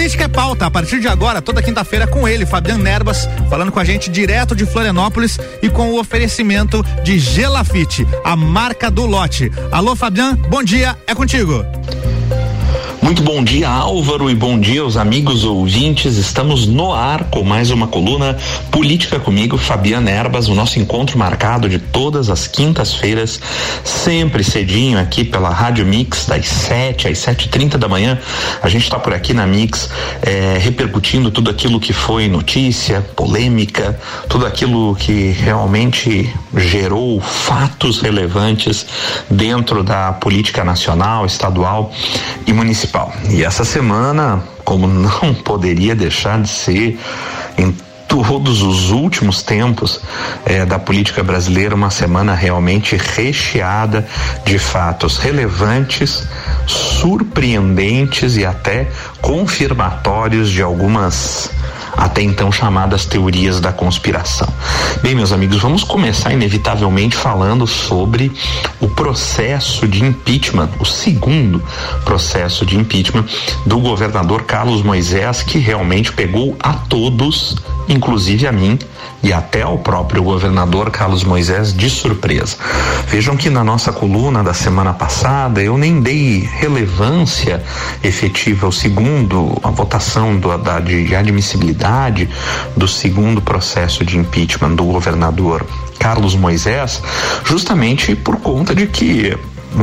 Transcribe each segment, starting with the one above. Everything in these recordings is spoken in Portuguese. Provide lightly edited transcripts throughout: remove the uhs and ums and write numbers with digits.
Política é Pauta, a partir de agora, toda quinta-feira com ele, Fabiano Erbas, falando com a gente direto de Florianópolis e com o oferecimento de Gelafite, a marca do lote. Alô, Fabiano, bom dia, é contigo. Muito bom dia, Álvaro, e bom dia aos amigos ouvintes. Estamos no ar com mais uma coluna Política comigo, Fabiano Erbas, o nosso encontro marcado de todas as quintas-feiras, sempre cedinho aqui pela Rádio Mix, das 7 às 7h30 da manhã. A gente está por aqui na Mix, repercutindo tudo aquilo que foi notícia, polêmica, tudo aquilo que realmente gerou fatos relevantes dentro da política nacional, estadual e municipal. E essa semana, como não poderia deixar de ser, em todos os últimos tempos da política brasileira, uma semana realmente recheada de fatos relevantes, surpreendentes e até confirmatórios de algumas até então chamadas teorias da conspiração. Bem, meus amigos, vamos começar inevitavelmente falando sobre o processo de impeachment, o segundo processo de impeachment do governador Carlos Moisés, que realmente pegou a todos, inclusive a mim e até ao próprio governador Carlos Moisés, de surpresa. Vejam que na nossa coluna da semana passada eu nem dei relevância efetiva ao segundo, a votação de admissibilidade do segundo processo de impeachment do governador Carlos Moisés, justamente por conta de que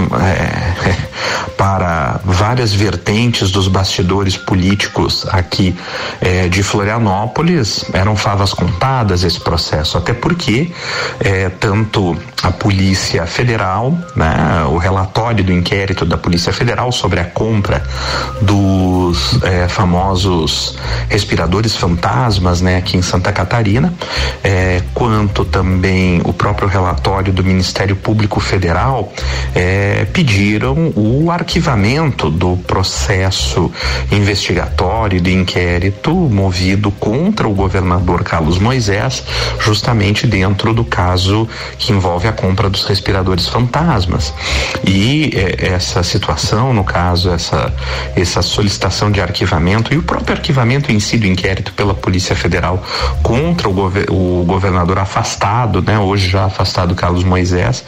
para várias vertentes dos bastidores políticos aqui de Florianópolis, eram favas contadas esse processo, até porque tanto a Polícia Federal, né, o relatório do inquérito da Polícia Federal sobre a compra dos famosos respiradores fantasmas, né, aqui em Santa Catarina, quanto também o próprio relatório do Ministério Público Federal, pediram o arquivamento do processo investigatório de inquérito movido contra o governador Carlos Moisés, justamente dentro do caso que envolve a compra dos respiradores fantasmas. E essa situação, no caso, essa solicitação de arquivamento e o próprio arquivamento em si do inquérito pela Polícia Federal contra o governador afastado, né, hoje já afastado, Carlos Moisés,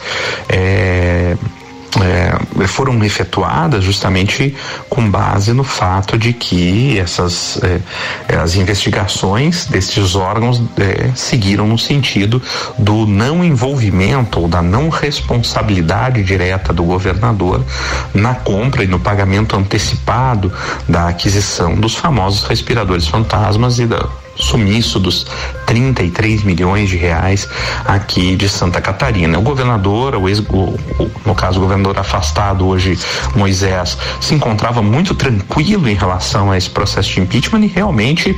foram efetuadas justamente com base no fato de que as investigações desses órgãos seguiram no sentido do não envolvimento ou da não responsabilidade direta do governador na compra e no pagamento antecipado da aquisição dos famosos respiradores fantasmas e da sumiço dos 33 milhões de reais aqui de Santa Catarina. O governador, no caso o governador afastado hoje, Moisés, se encontrava muito tranquilo em relação a esse processo de impeachment e realmente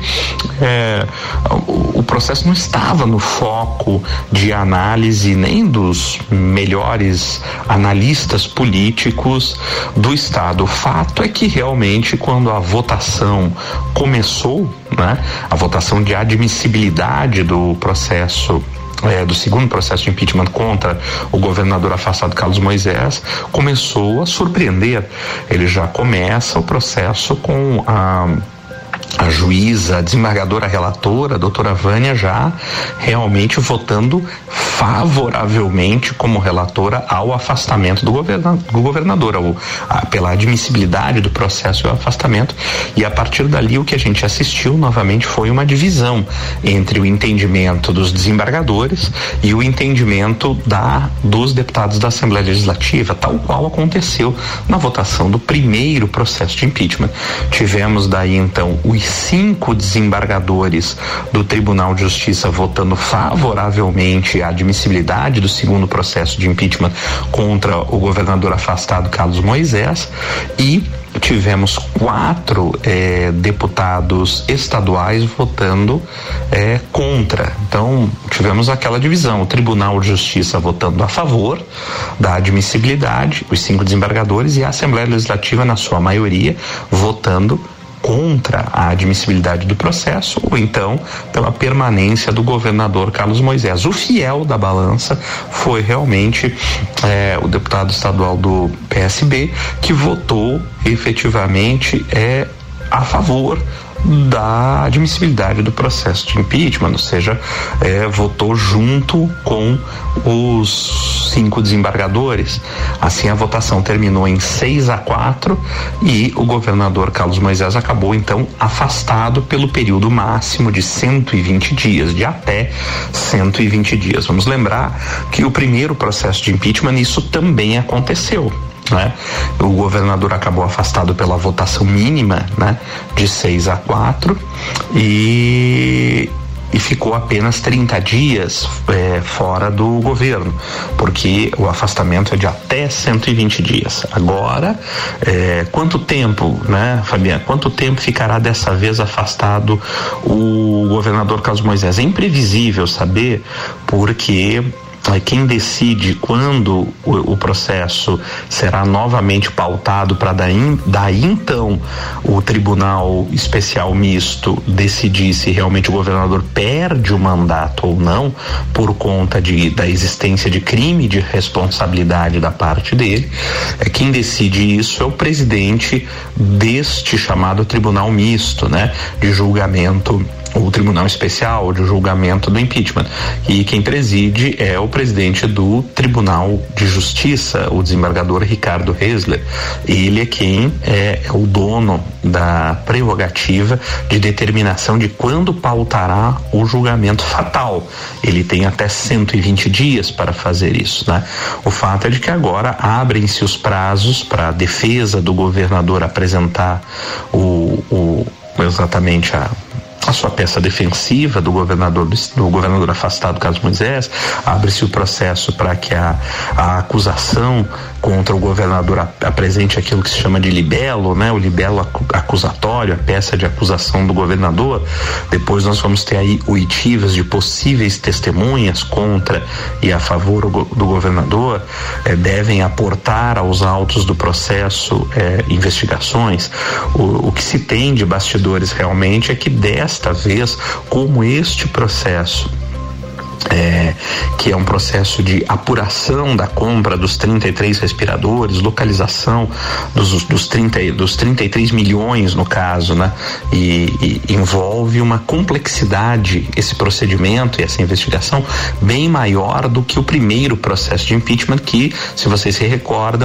o processo não estava no foco de análise nem dos melhores analistas políticos do estado. O fato é que realmente quando a votação começou, né, a votação de admissibilidade do processo do segundo processo de impeachment contra o governador afastado Carlos Moisés, começou a surpreender. Ele já começa o processo com a juíza, a desembargadora relatora, a doutora Vânia, já realmente votando favoravelmente como relatora ao afastamento do governador, pela admissibilidade do processo e o afastamento. E a partir dali o que a gente assistiu novamente foi uma divisão entre o entendimento dos desembargadores e o entendimento dos deputados da Assembleia Legislativa, tal qual aconteceu na votação do primeiro processo de impeachment. Tivemos daí então os 5 desembargadores do Tribunal de Justiça votando favoravelmente a admissibilidade do segundo processo de impeachment contra o governador afastado Carlos Moisés, e tivemos 4 deputados estaduais votando contra. Então tivemos aquela divisão, o Tribunal de Justiça votando a favor da admissibilidade, os 5 desembargadores, e a Assembleia Legislativa na sua maioria votando contra a admissibilidade do processo, ou então pela permanência do governador Carlos Moisés. O fiel da balança foi realmente o deputado estadual do PSB, que votou efetivamente a favor da admissibilidade do processo de impeachment, ou seja, votou junto com os 5 desembargadores. Assim, a votação terminou em 6-4 e o governador Carlos Moisés acabou então afastado pelo período máximo de 120 dias, de até 120 dias. Vamos lembrar que o primeiro processo de impeachment, isso também aconteceu, né? O governador acabou afastado pela votação mínima, né, de 6-4 e ficou apenas 30 dias fora do governo, porque o afastamento é de até 120 dias. Agora, quanto tempo, né, Fabiana? Quanto tempo ficará dessa vez afastado o governador Carlos Moisés? É imprevisível saber, porque quem decide quando o processo será novamente pautado para daí então o Tribunal Especial Misto decidir se realmente o governador perde o mandato ou não por conta da existência de crime de responsabilidade da parte dele. Quem decide isso é o presidente deste chamado Tribunal Misto, né, de julgamento, o Tribunal Especial de Julgamento do Impeachment. E quem preside é o presidente do Tribunal de Justiça, o desembargador Ricardo Hessler. Ele é quem é o dono da prerrogativa de determinação de quando pautará o julgamento fatal. Ele tem até 120 dias para fazer isso, né? O fato é de que agora abrem-se os prazos para a defesa do governador apresentar exatamente a sua peça defensiva do governador afastado, Carlos Moisés. Abre-se o processo para que a acusação contra o governador apresente aquilo que se chama de libelo, né? O libelo acusatório, a peça de acusação do governador. Depois nós vamos ter aí oitivas de possíveis testemunhas contra e a favor do governador. Devem aportar aos autos do processo investigações. O que se tem de bastidores realmente é que desta vez, como este processo que é um processo de apuração da compra dos 33 respiradores, localização dos 33 milhões no caso, né? E envolve uma complexidade, esse procedimento e essa investigação bem maior do que o primeiro processo de impeachment, que, se vocês se recordam,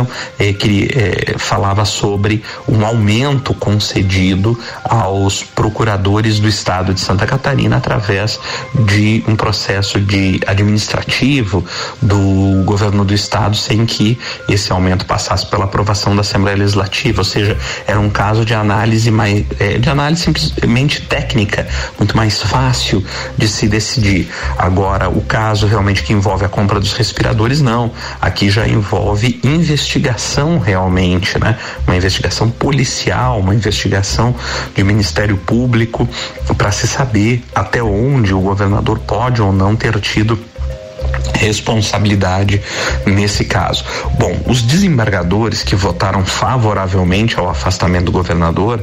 falava sobre um aumento concedido aos procuradores do estado de Santa Catarina através de um processo de administrativo do governo do estado, sem que esse aumento passasse pela aprovação da Assembleia Legislativa. Ou seja, era um caso de análise simplesmente técnica, muito mais fácil de se decidir. Agora, o caso realmente que envolve a compra dos respiradores, não. Aqui já envolve investigação realmente, né? Uma investigação policial, uma investigação de Ministério Público, para se saber até onde o governador pode ou não ter tido responsabilidade nesse caso. Bom, os desembargadores que votaram favoravelmente ao afastamento do governador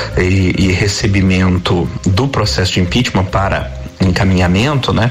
e recebimento do processo de impeachment para encaminhamento, né?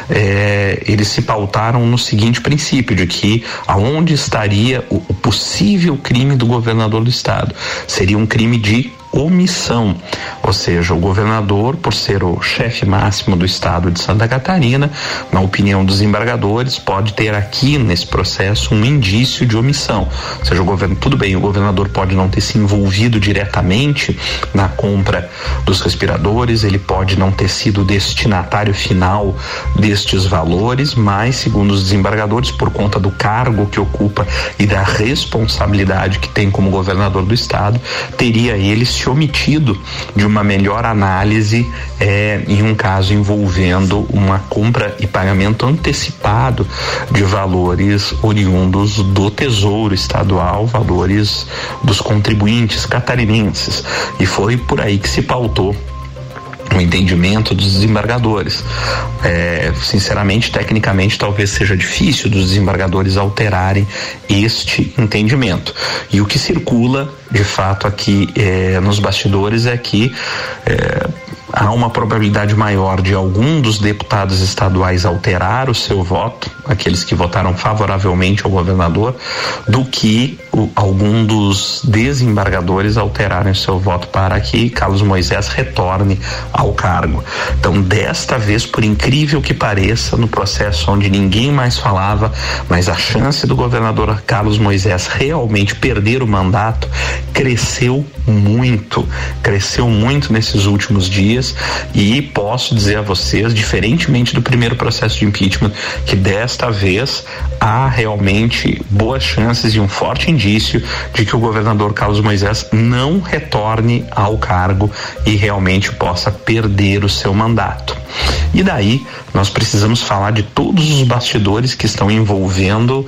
Eles se pautaram no seguinte princípio, de que aonde estaria o possível crime do governador do estado? Seria um crime de omissão, ou seja, o governador, por ser o chefe máximo do estado de Santa Catarina, na opinião dos embargadores, pode ter aqui nesse processo um indício de omissão. Ou seja, tudo bem, o governador pode não ter se envolvido diretamente na compra dos respiradores, ele pode não ter sido destinatário final destes valores, mas, segundo os desembargadores, por conta do cargo que ocupa e da responsabilidade que tem como governador do estado, teria ele se omitido de uma melhor análise em um caso envolvendo uma compra e pagamento antecipado de valores oriundos do Tesouro Estadual, valores dos contribuintes catarinenses. E foi por aí que se pautou o entendimento dos desembargadores. Sinceramente, tecnicamente, talvez seja difícil dos desembargadores alterarem este entendimento. E o que circula, de fato, aqui nos bastidores é que há uma probabilidade maior de algum dos deputados estaduais alterar o seu voto aqueles que votaram favoravelmente ao governador, do que algum dos desembargadores alterarem seu voto para que Carlos Moisés retorne ao cargo. Então, desta vez, por incrível que pareça, no processo onde ninguém mais falava, mas a chance do governador Carlos Moisés realmente perder o mandato cresceu muito nesses últimos dias, e posso dizer a vocês, diferentemente do primeiro processo de impeachment, que desta vez há realmente boas chances e um forte indício de que o governador Carlos Moisés não retorne ao cargo e realmente possa perder o seu mandato. E daí nós precisamos falar de todos os bastidores que estão envolvendo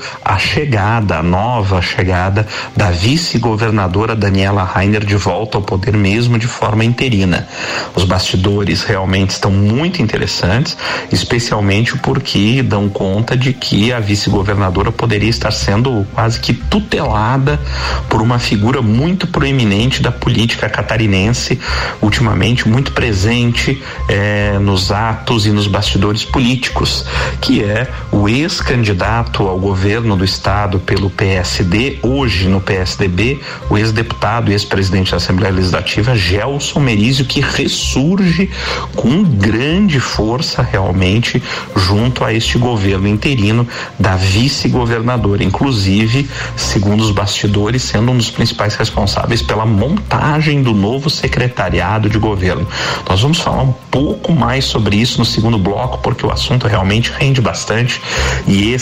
a nova chegada da vice-governadora Daniela Rainer de volta ao poder, mesmo de forma interina. Os bastidores realmente estão muito interessantes, especialmente porque dão conta de que a vice-governadora poderia estar sendo quase que tutelada por uma figura muito proeminente da política catarinense, ultimamente muito presente nos atos e nos bastidores políticos, que é o ex-candidato ao governo do estado pelo PSD, hoje no PSDB, o ex-deputado e ex-presidente da Assembleia Legislativa, Gelson Merizio, que ressurge com grande força realmente junto a este governo interino da vice-governadora, inclusive, segundo os bastidores, sendo um dos principais responsáveis pela montagem do novo secretariado de governo. Nós vamos falar um pouco mais sobre isso no segundo bloco, porque o assunto realmente rende bastante, e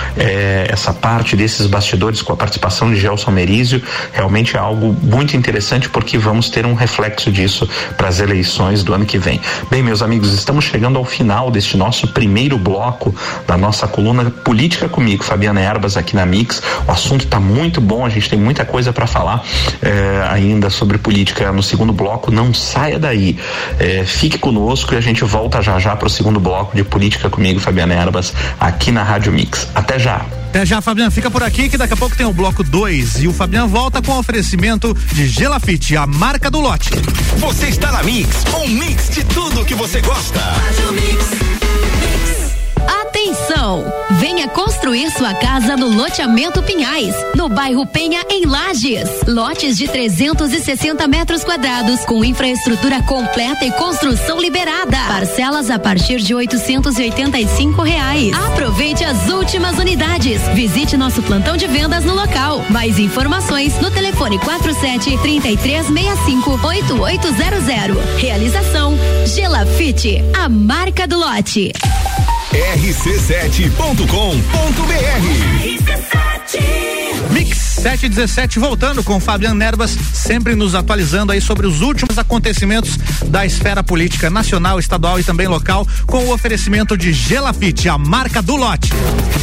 essa parte desses bastidores com a participação de Gelson Merizio realmente é algo muito interessante, porque vamos ter um reflexo disso para as eleições do ano que vem. Bem, meus amigos, estamos chegando ao final deste nosso primeiro bloco da nossa coluna Política Comigo, Fabiana Erbas, aqui na Mix. O assunto está muito bom, a gente tem muita coisa para falar ainda sobre política no segundo bloco. Não saia daí, fique conosco e a gente volta já para o segundo bloco de Política Comigo, Fabiana Erbas, aqui na Rádio Mix. Até já! Até já, Fabiano, fica por aqui que daqui a pouco tem o bloco 2 e o Fabiano volta com o oferecimento de Gelafite, a marca do lote. Você está na Mix, um mix de tudo que você gosta. Atenção! Venha construir sua casa no loteamento Pinhais, no bairro Penha, em Lages. Lotes de 360 metros quadrados, com infraestrutura completa e construção liberada. Parcelas a partir de R$885. Aproveite as últimas unidades. Visite nosso plantão de vendas no local. Mais informações no telefone 47-3365-8800. Realização Gelafite, a marca do lote. rc7.com.br. Mix 717 voltando com Fabiano Nerbas, sempre nos atualizando aí sobre os últimos acontecimentos da esfera política nacional, estadual e também local, com o oferecimento de Gelafite, a marca do lote.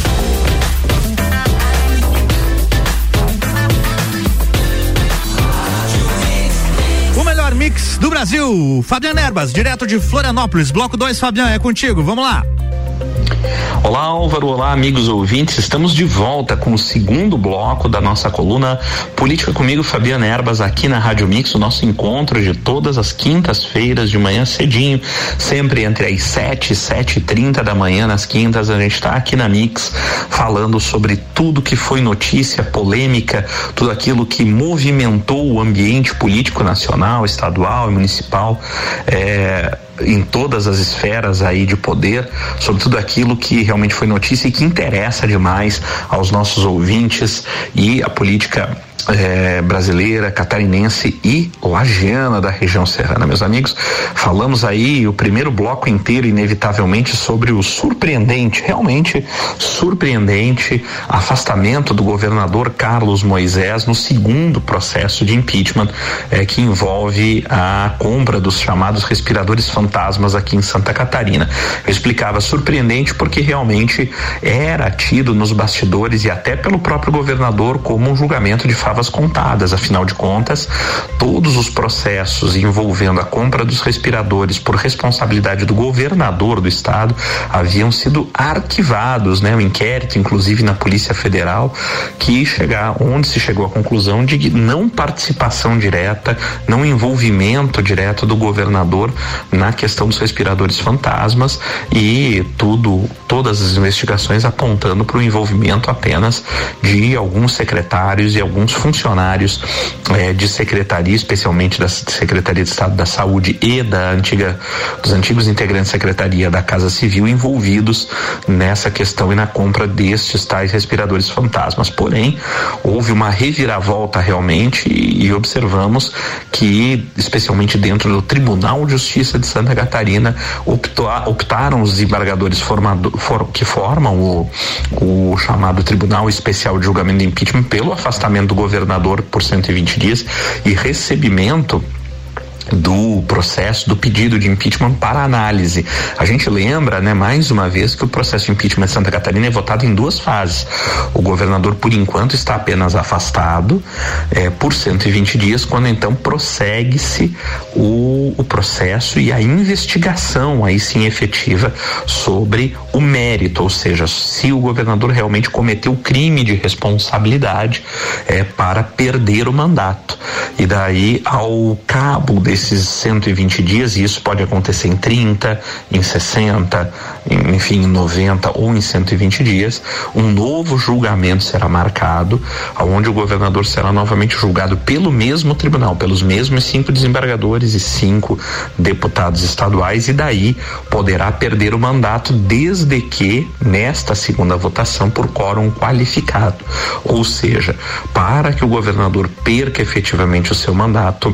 O melhor mix do Brasil, Fabiano Nerbas, direto de Florianópolis, bloco 2, Fabiano, é contigo, vamos lá. Olá, Álvaro, olá, amigos ouvintes, estamos de volta com o segundo bloco da nossa coluna Política Comigo, Fabiana Erbas, aqui na Rádio Mix, o nosso encontro de todas as quintas-feiras de manhã cedinho, sempre entre as 7 e 7h30 da manhã, nas quintas, a gente está aqui na Mix falando sobre tudo que foi notícia, polêmica, tudo aquilo que movimentou o ambiente político nacional, estadual e municipal, em todas as esferas aí de poder, sobre tudo aquilo que realmente foi notícia e que interessa demais aos nossos ouvintes e a política brasileira, catarinense e lagiana da região serrana. Meus amigos, falamos aí o primeiro bloco inteiro, inevitavelmente, sobre o surpreendente, realmente surpreendente, afastamento do governador Carlos Moisés no segundo processo de impeachment, que envolve a compra dos chamados respiradores fantasmas aqui em Santa Catarina. Eu explicava surpreendente porque realmente era tido nos bastidores e até pelo próprio governador como um julgamento de favas contadas. Afinal de contas, todos os processos envolvendo a compra dos respiradores por responsabilidade do governador do estado haviam sido arquivados, né? O inquérito, inclusive na Polícia Federal, onde se chegou à conclusão de não participação direta, não envolvimento direto do governador na questão dos respiradores fantasmas, e todas as investigações apontando para o envolvimento apenas de alguns secretários e alguns funcionários de secretaria, especialmente da Secretaria de Estado da Saúde e dos antigos integrantes da Secretaria da Casa Civil, envolvidos nessa questão e na compra destes tais respiradores fantasmas. Porém, houve uma reviravolta realmente, e observamos que, especialmente dentro do Tribunal de Justiça de Santa Catarina, optaram os desembargadores que formam o chamado Tribunal Especial de Julgamento do Impeachment pelo afastamento do governador por 120 dias e recebimento do processo, do pedido de impeachment para análise. A gente lembra, né, mais uma vez, que o processo de impeachment de Santa Catarina é votado em 2 fases. O governador, por enquanto, está apenas afastado por 120 dias, quando então prossegue-se o processo e a investigação, aí sim efetiva, sobre o mérito, ou seja, se o governador realmente cometeu crime de responsabilidade para perder o mandato. E daí, ao cabo desses 120 dias, e isso pode acontecer em 30, em 60, enfim, em 90 ou em 120 dias, um novo julgamento será marcado, onde o governador será novamente julgado pelo mesmo tribunal, pelos mesmos 5 desembargadores e 5 deputados estaduais, e daí poderá perder o mandato, desde que nesta segunda votação por quórum qualificado. Ou seja, para que o governador perca efetivamente o seu mandato,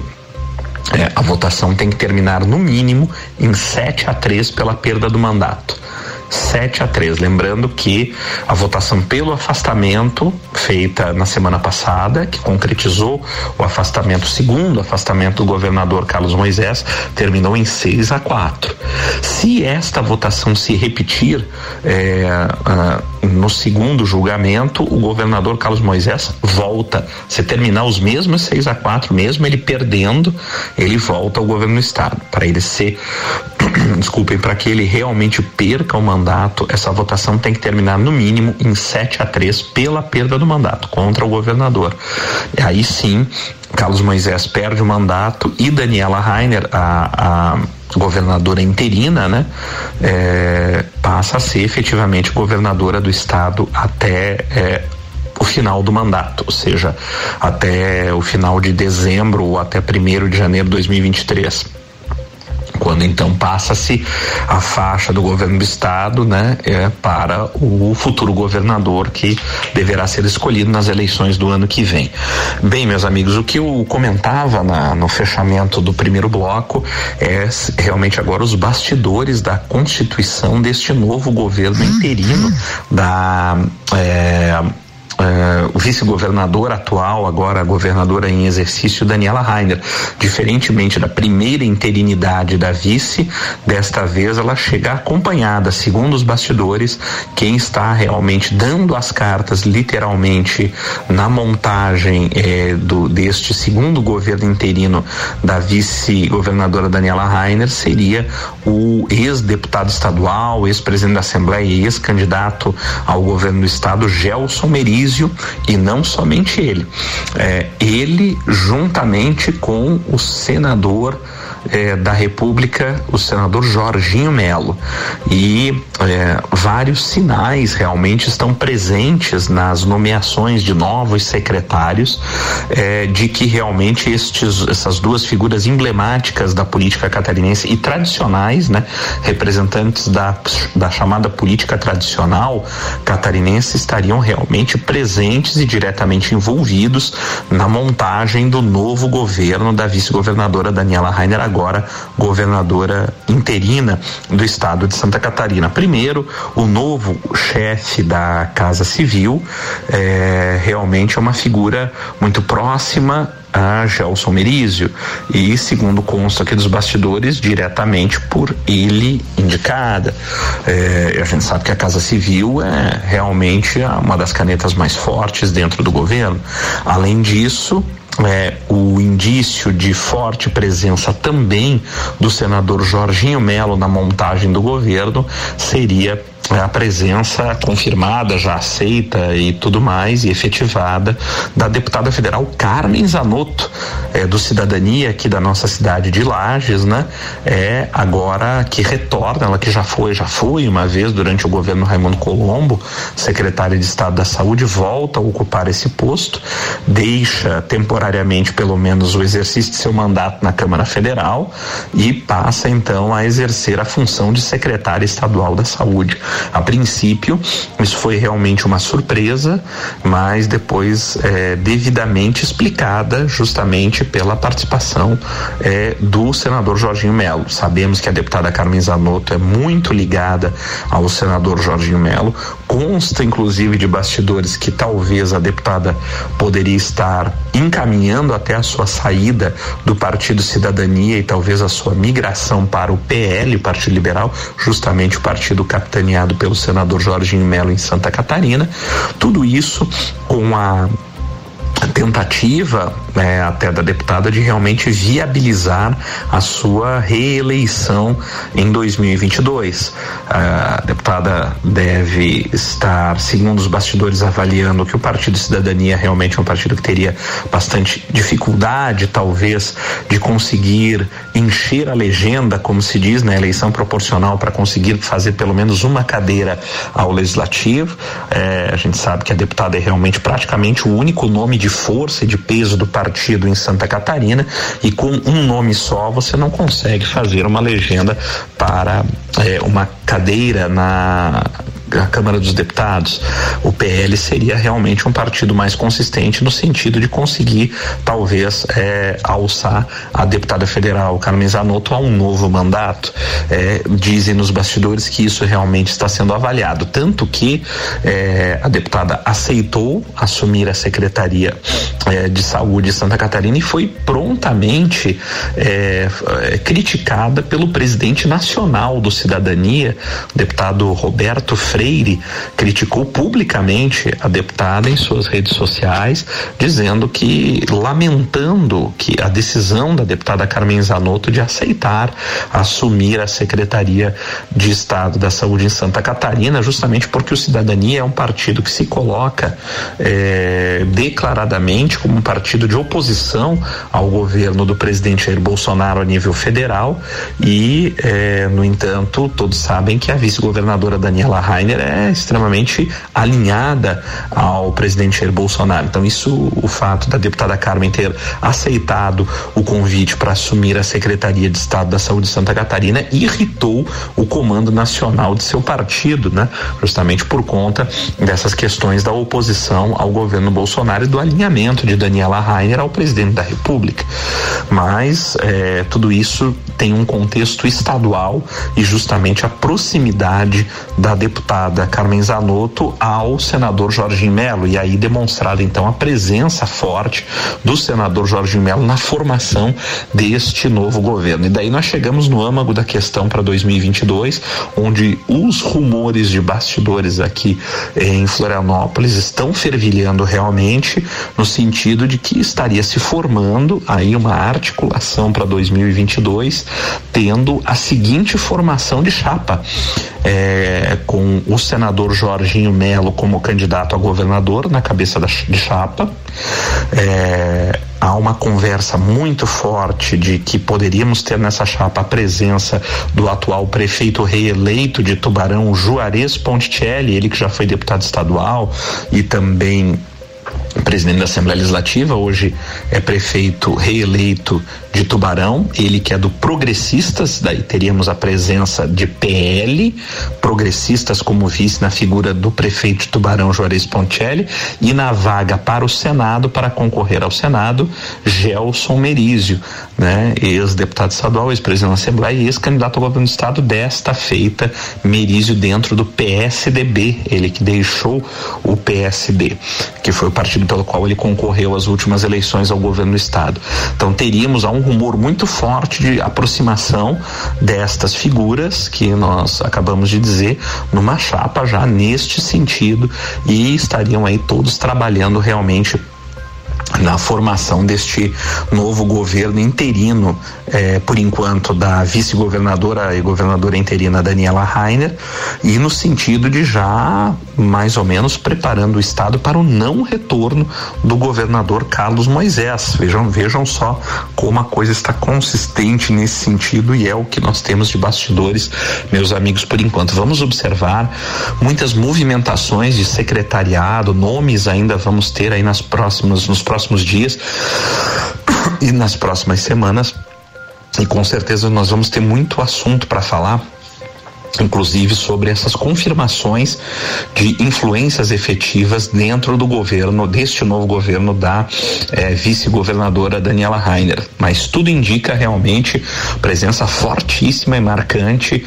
a votação tem que terminar no mínimo em 7-3 pela perda do mandato. 7-3, lembrando que a votação pelo afastamento feita na semana passada, que concretizou o segundo afastamento do governador Carlos Moisés, terminou em 6-4. Se esta votação se repetir no segundo julgamento, o governador Carlos Moisés volta. Se terminar os mesmos 6-4, mesmo ele perdendo, ele volta ao governo do estado. Para ele ser para que ele realmente perca o mandato, essa votação tem que terminar no mínimo em 7-3 pela perda do mandato contra o governador. E aí sim, Carlos Moisés perde o mandato e Daniela Rainer, a governadora interina, né, passa a ser efetivamente governadora do estado até o final do mandato, ou seja, até o final de dezembro ou até 1º de janeiro de 2023. Quando então passa-se a faixa do governo do estado, né, para o futuro governador que deverá ser escolhido nas eleições do ano que vem. Bem, meus amigos, o que eu comentava no fechamento do primeiro bloco é realmente agora os bastidores da constituição deste novo governo interino o vice-governador atual, agora a governadora em exercício, Daniela Rainer. Diferentemente da primeira interinidade da vice, desta vez ela chega acompanhada, segundo os bastidores, quem está realmente dando as cartas literalmente na montagem deste segundo governo interino da vice-governadora Daniela Rainer seria o ex-deputado estadual, ex-presidente da Assembleia e ex-candidato ao governo do estado, Gelson Merizio, e não somente ele. Ele, juntamente com o senador da República, o senador Jorginho Melo, e vários sinais realmente estão presentes nas nomeações de novos secretários, de que realmente essas duas figuras emblemáticas da política catarinense e tradicionais, né, representantes da chamada política tradicional catarinense, estariam realmente presentes e diretamente envolvidos na montagem do novo governo da vice-governadora Daniela Rainer, agora governadora interina do estado de Santa Catarina. Primeiro, o novo chefe da Casa Civil realmente é uma figura muito próxima a Gelson Merizio e, segundo consta aqui dos bastidores, diretamente por ele indicada. A gente sabe que a Casa Civil é realmente uma das canetas mais fortes dentro do governo. Além disso, o indício de forte presença também do senador Jorginho Melo na montagem do governo seria a presença confirmada, já aceita e tudo mais, e efetivada, da deputada federal Carmen Zanotto, do Cidadania aqui da nossa cidade de Lages, né? Agora que retorna, ela que já foi uma vez durante o governo Raimundo Colombo, secretária de Estado da Saúde, volta a ocupar esse posto, deixa temporariamente pelo menos o exercício de seu mandato na Câmara Federal e passa então a exercer a função de secretária estadual da Saúde. A princípio, isso foi realmente uma surpresa, mas depois devidamente explicada justamente pela participação do senador Jorginho Melo. Sabemos que a deputada Carmen Zanotto é muito ligada ao senador Jorginho Melo, consta inclusive de bastidores que talvez a deputada poderia estar encaminhando até a sua saída do Partido Cidadania e talvez a sua migração para o PL, o Partido Liberal, justamente o partido capitaneado pelo senador Jorginho Melo em Santa Catarina. Tudo isso com a tentativa até da deputada de realmente viabilizar a sua reeleição em 2022. A deputada deve estar, segundo os bastidores, avaliando que o Partido Cidadania realmente é um partido que teria bastante dificuldade, talvez, de conseguir encher a legenda, como se diz, na eleição proporcional, para conseguir fazer pelo menos uma cadeira ao Legislativo. A gente sabe que a deputada é realmente praticamente o único nome de força e de peso do partido em Santa Catarina, e com um nome só você não consegue fazer uma legenda para uma cadeira na Câmara dos Deputados. O PL seria realmente um partido mais consistente no sentido de conseguir talvez alçar a deputada federal Carmen Zanotto a um novo mandato. Dizem nos bastidores que isso realmente está sendo avaliado, tanto que a deputada aceitou assumir a Secretaria de Saúde de Santa Catarina e foi prontamente criticada pelo presidente nacional do Cidadania, o deputado Roberto Freire, criticou publicamente a deputada em suas redes sociais, dizendo que, lamentando que a decisão da deputada Carmen Zanotto de aceitar assumir a Secretaria de Estado da Saúde em Santa Catarina, justamente porque o Cidadania é um partido que se coloca declaradamente como um partido de oposição ao governo do presidente Jair Bolsonaro a nível federal e, no entanto, todos sabem que a vice-governadora Daniela Rainer é extremamente alinhada ao presidente Jair Bolsonaro. Então o fato da deputada Carmen ter aceitado o convite para assumir a Secretaria de Estado da Saúde de Santa Catarina irritou o comando nacional de seu partido, né? Justamente por conta dessas questões da oposição ao governo Bolsonaro e do alinhamento de Daniela Rainer ao presidente da República. Mas tudo isso tem um contexto estadual e justamente a proximidade da deputada Carmen Zanotto ao senador Jorginho Melo, e aí demonstrada então a presença forte do senador Jorginho Melo na formação deste novo governo. E daí nós chegamos no âmago da questão para 2022, onde os rumores de bastidores aqui em Florianópolis estão fervilhando realmente, no sentido de que estaria se formando aí uma articulação para 2022, tendo a seguinte formação de chapa, com o senador Jorginho Melo como candidato a governador na cabeça de chapa. Há uma conversa muito forte de que poderíamos ter nessa chapa a presença do atual prefeito reeleito de Tubarão, Juarez Ponticelli, ele que já foi deputado estadual e também presidente da Assembleia Legislativa, hoje é prefeito reeleito de Tubarão, ele que é do Progressistas, daí teríamos a presença de PL, Progressistas como vice na figura do prefeito de Tubarão, Juarez Ponticelli, e na vaga para o Senado, para concorrer ao Senado, Gelson Merizio, né? Ex-deputado estadual, ex-presidente da Assembleia e ex-candidato ao governo do estado, desta feita, Merizio dentro do PSDB, ele que deixou o PSD, que foi o partido partido pelo qual ele concorreu às últimas eleições ao governo do estado. Então teríamos um rumor muito forte de aproximação destas figuras que nós acabamos de dizer numa chapa já neste sentido, e estariam aí todos trabalhando realmente na formação deste novo governo interino, por enquanto, da vice-governadora e governadora interina Daniela Rainer, e no sentido de já mais ou menos preparando o estado para o não retorno do governador Carlos Moisés. Vejam só como a coisa está consistente nesse sentido, e é o que nós temos de bastidores, meus amigos, por enquanto. Vamos observar muitas movimentações de secretariado, nomes ainda vamos ter aí nos próximos dias e nas próximas semanas, e com certeza nós vamos ter muito assunto para falar, inclusive sobre essas confirmações de influências efetivas dentro do governo, deste novo governo da vice-governadora Daniela Rainer. Mas tudo indica realmente presença fortíssima e marcante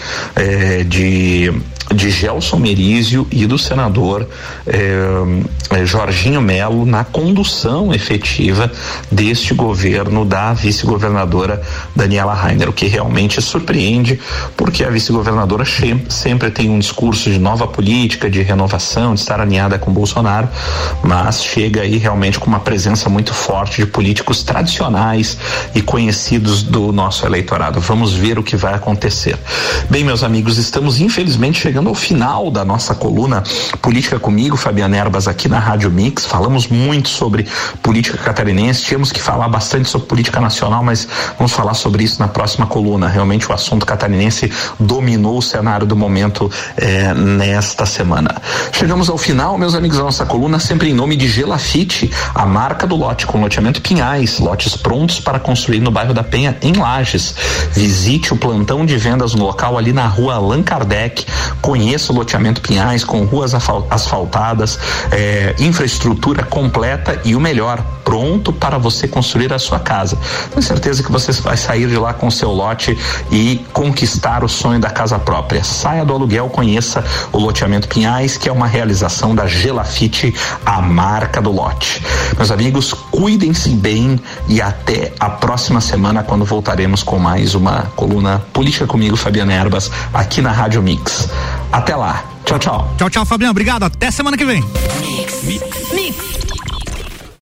de Gelson Merizio e do senador Jorginho Melo na condução efetiva deste governo da vice-governadora Daniela Rainer, o que realmente surpreende, porque a vice-governadora sempre tem um discurso de nova política, de renovação, de estar alinhada com Bolsonaro, mas chega aí realmente com uma presença muito forte de políticos tradicionais e conhecidos do nosso eleitorado. Vamos ver o que vai acontecer. Bem, meus amigos, estamos infelizmente chegando ao final da nossa coluna Política Comigo, Fabiana Erbas, aqui na Rádio Mix. Falamos muito sobre política catarinense, tínhamos que falar bastante sobre política nacional, mas vamos falar sobre isso na próxima coluna. Realmente o assunto catarinense dominou o cenário do momento nesta semana. Chegamos ao final, meus amigos, da nossa coluna, sempre em nome de Gelafite, a marca do lote, com loteamento Pinhais, lotes prontos para construir no bairro da Penha, em Lages. Visite o plantão de vendas no local ali na rua Allan Kardec, conheça o loteamento Pinhais, com ruas asfaltadas, infraestrutura completa e o melhor, pronto para você construir a sua casa. Tenho certeza que você vai sair de lá com o seu lote e conquistar o sonho da casa própria. Saia do aluguel, conheça o loteamento Pinhais, que é uma realização da Gelafite, a marca do lote. Meus amigos, cuidem-se bem e até a próxima semana, quando voltaremos com mais uma coluna Política Comigo, Fabiana Erbas, aqui na Rádio Mix. Até lá. Tchau, tchau. Tchau, tchau, Fabiano. Obrigado. Até semana que vem. Mix.